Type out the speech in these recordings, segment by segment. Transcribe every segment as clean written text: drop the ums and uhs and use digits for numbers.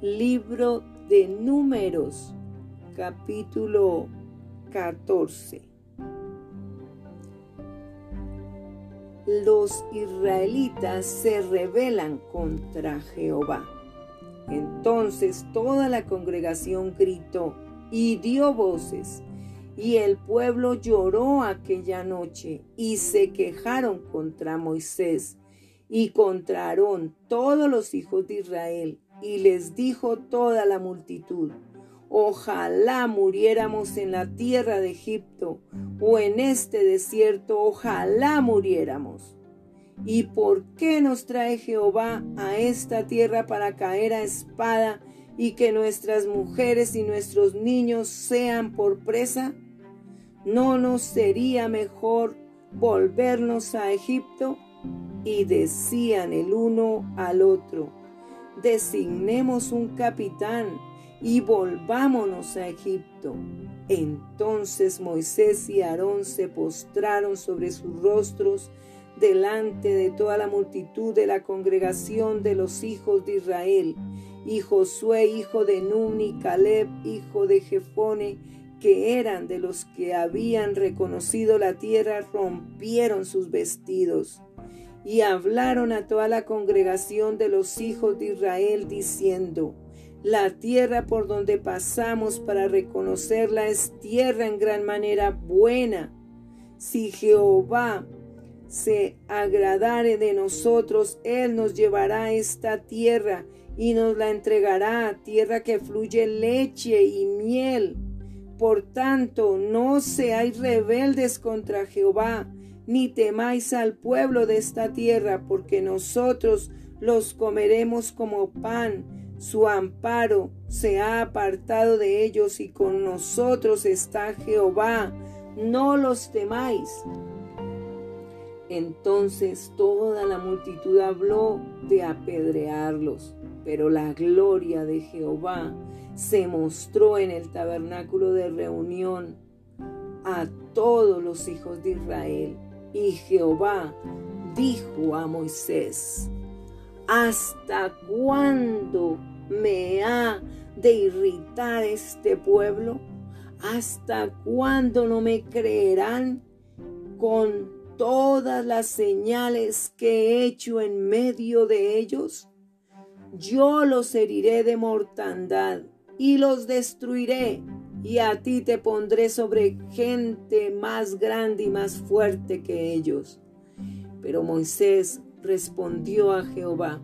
Libro de Números, capítulo 14. Los israelitas se rebelan contra Jehová. Entonces toda la congregación gritó y dio voces, y el pueblo lloró aquella noche, y se quejaron contra Moisés y contra Aarón todos los hijos de Israel, y les dijo toda la multitud: ojalá muriéramos en la tierra de Egipto, o en este desierto, ojalá muriéramos. ¿Y por qué nos trae Jehová a esta tierra para caer a espada y que nuestras mujeres y nuestros niños sean por presa? ¿No nos sería mejor volvernos a Egipto? Y decían el uno al otro: designemos un capitán y volvámonos a Egipto. Entonces Moisés y Aarón se postraron sobre sus rostros delante de toda la multitud de la congregación de los hijos de Israel. Y Josué, hijo de Nun, y Caleb, hijo de Jefone, que eran de los que habían reconocido la tierra, rompieron sus vestidos y hablaron a toda la congregación de los hijos de Israel, diciendo: la tierra por donde pasamos para reconocerla es tierra en gran manera buena. Si Jehová se agradare de nosotros, Él nos llevará a esta tierra y nos la entregará, tierra que fluye leche y miel. Por tanto, no seáis rebeldes contra Jehová, ni temáis al pueblo de esta tierra, porque nosotros los comeremos como pan. Su amparo se ha apartado de ellos, y con nosotros está Jehová. No los temáis. Entonces toda la multitud habló de apedrearlos, pero la gloria de Jehová se mostró en el tabernáculo de reunión a todos los hijos de Israel. Y Jehová dijo a Moisés: ¿hasta cuándo me ha de irritar este pueblo? ¿Hasta cuándo no me creerán con todas las señales que he hecho en medio de ellos? Yo los heriré de mortandad y los destruiré, y a ti te pondré sobre gente más grande y más fuerte que ellos. Pero Moisés respondió a Jehová: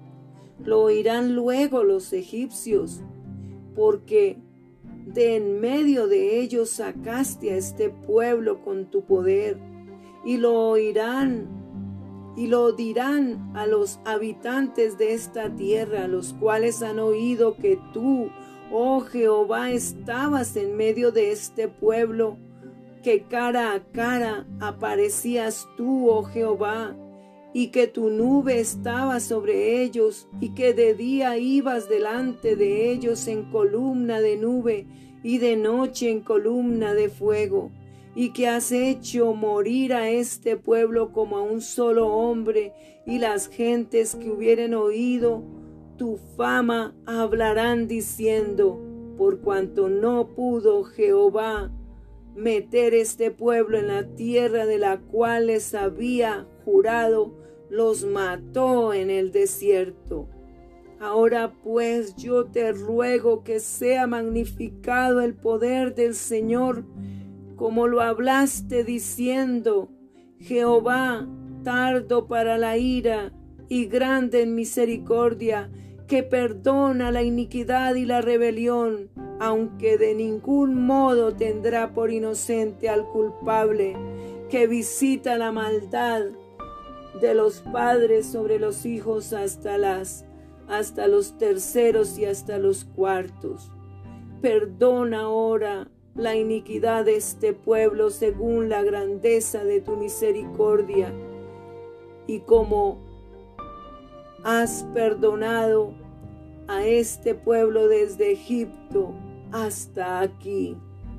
lo oirán luego los egipcios, porque de en medio de ellos sacaste a este pueblo con tu poder, y lo oirán y lo dirán a los habitantes de esta tierra, los cuales han oído que tú, oh Jehová, estabas en medio de este pueblo, que cara a cara aparecías tú, oh Jehová, y que tu nube estaba sobre ellos, y que de día ibas delante de ellos en columna de nube, y de noche en columna de fuego, y que has hecho morir a este pueblo como a un solo hombre, y las gentes que hubieren oído tu fama hablarán diciendo: por cuanto no pudo Jehová meter este pueblo en la tierra de la cual les había jurado, los mató en el desierto. Ahora pues yo te ruego que sea magnificado el poder del Señor, como lo hablaste diciendo: Jehová, tardo para la ira y grande en misericordia, que perdona la iniquidad y la rebelión, aunque de ningún modo tendrá por inocente al culpable, que visita la maldad de los padres sobre los hijos hasta los terceros y hasta los cuartos. Perdona ahora la iniquidad de este pueblo según la grandeza de tu misericordia, y como has perdonado a este pueblo desde Egipto hasta aquí.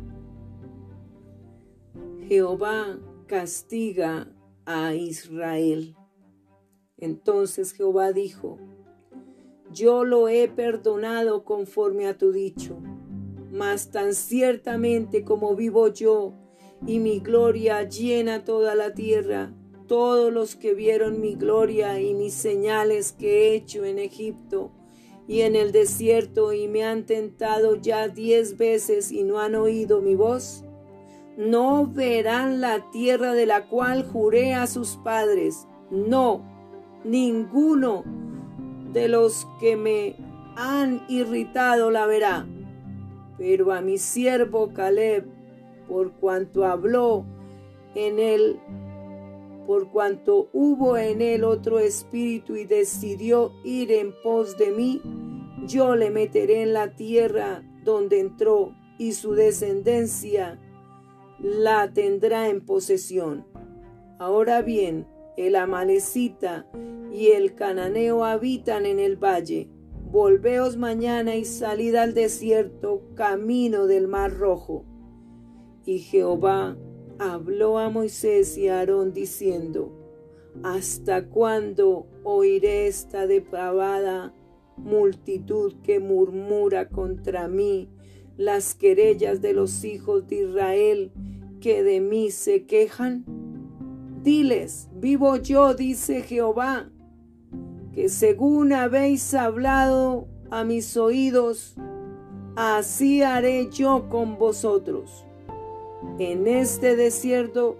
Jehová castiga a Israel. Entonces Jehová dijo: yo lo he perdonado conforme a tu dicho. Mas tan ciertamente como vivo yo, y mi gloria llena toda la tierra, todos los que vieron mi gloria y mis señales que he hecho en Egipto y en el desierto, y me han tentado ya 10 veces y no han oído mi voz, no verán la tierra de la cual juré a sus padres. No, ninguno de los que me han irritado la verá. Pero a mi siervo Caleb, por cuanto habló en él, por cuanto hubo en él otro espíritu y decidió ir en pos de mí, yo le meteré en la tierra donde entró, y su descendencia la tendrá en posesión. Ahora bien, el amalecita y el cananeo habitan en el valle. Volveos mañana y salid al desierto, camino del Mar Rojo. Y Jehová habló a Moisés y a Aarón diciendo: ¿Hasta cuándo oiré esta depravada multitud que murmura contra mí las querellas de los hijos de Israel que de mí se quejan? Diles: vivo yo, dice Jehová, que según habéis hablado a mis oídos, así haré yo con vosotros. En este desierto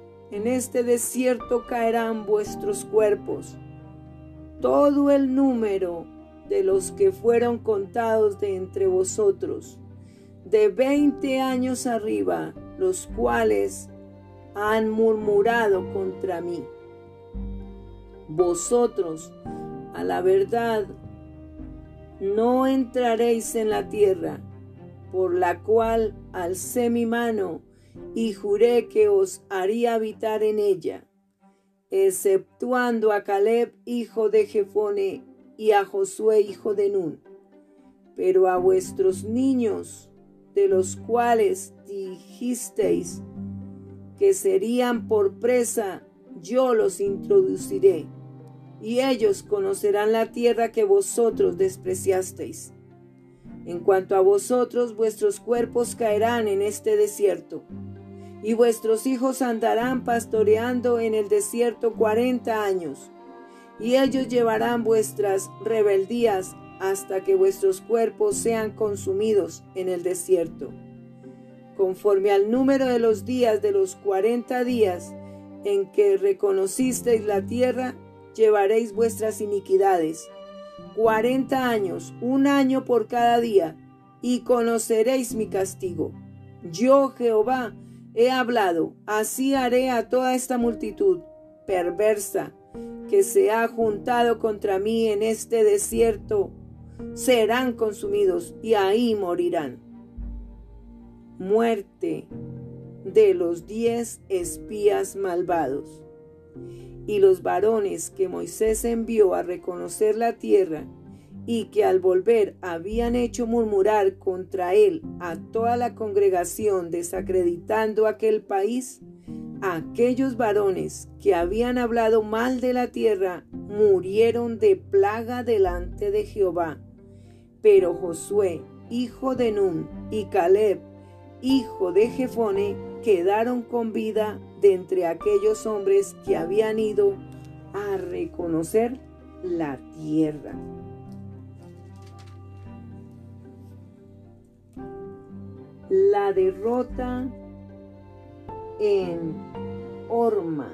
caerán vuestros cuerpos, todo el número de los que fueron contados de entre vosotros, de 20 años arriba, los cuales han murmurado contra mí. Vosotros, a la verdad, no entraréis en la tierra, por la cual alcé mi mano y juré que os haría habitar en ella, exceptuando a Caleb, hijo de Jefone, y a Josué, hijo de Nun. Pero a vuestros niños, de los cuales dijisteis que serían por presa, yo los introduciré, y ellos conocerán la tierra que vosotros despreciasteis. En cuanto a vosotros, vuestros cuerpos caerán en este desierto, y vuestros hijos andarán pastoreando en el desierto 40 años, y ellos llevarán vuestras rebeldías hasta que vuestros cuerpos sean consumidos en el desierto. Conforme al número de los días de los 40 días en que reconocisteis la tierra, llevaréis vuestras iniquidades. 40 años, 1 año por cada día, y conoceréis mi castigo. Yo, Jehová, he hablado, así haré a toda esta multitud perversa que se ha juntado contra mí en este desierto. Serán consumidos y ahí morirán. Muerte de los 10 espías malvados. Y los varones que Moisés envió a reconocer la tierra, y que al volver habían hecho murmurar contra él a toda la congregación, desacreditando aquel país, aquellos varones que habían hablado mal de la tierra murieron de plaga delante de Jehová. Pero Josué, hijo de Nun, y Caleb, hijo de Jefone, quedaron con vida de entre aquellos hombres que habían ido a reconocer la tierra. La derrota en Horma.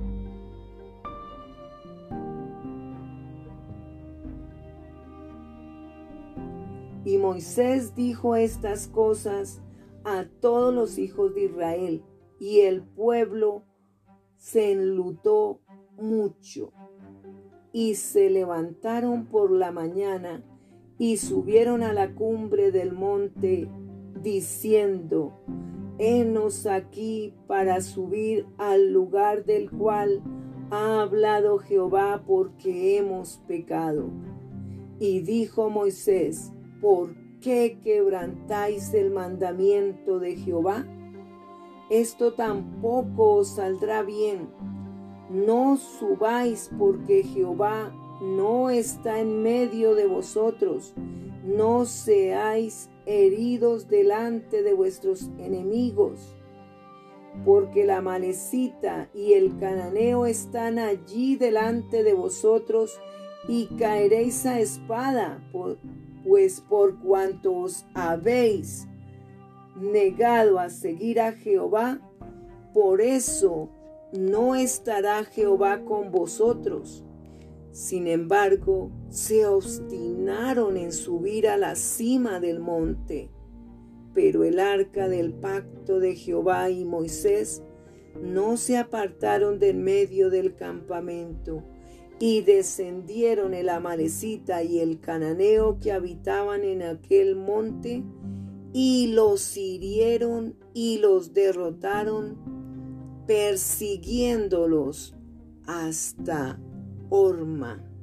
Y Moisés dijo estas cosas a todos los hijos de Israel, y el pueblo se enlutó mucho, y se levantaron por la mañana y subieron a la cumbre del monte, diciendo: henos aquí para subir al lugar del cual ha hablado Jehová, porque hemos pecado. Y dijo Moisés: ¿por qué quebrantáis el mandamiento de Jehová? Esto tampoco os saldrá bien. No subáis, porque Jehová no está en medio de vosotros. No seáis heridos delante de vuestros enemigos, porque la amalecita y el cananeo están allí delante de vosotros, y caeréis a espada, pues por cuanto os habéis negado a seguir a Jehová, por eso no estará Jehová con vosotros. Sin embargo, se obstinaron en subir a la cima del monte. Pero el arca del pacto de Jehová y Moisés no se apartaron del medio del campamento, y descendieron el amalecita y el cananeo que habitaban en aquel monte, y los hirieron y los derrotaron, persiguiéndolos hasta Horma.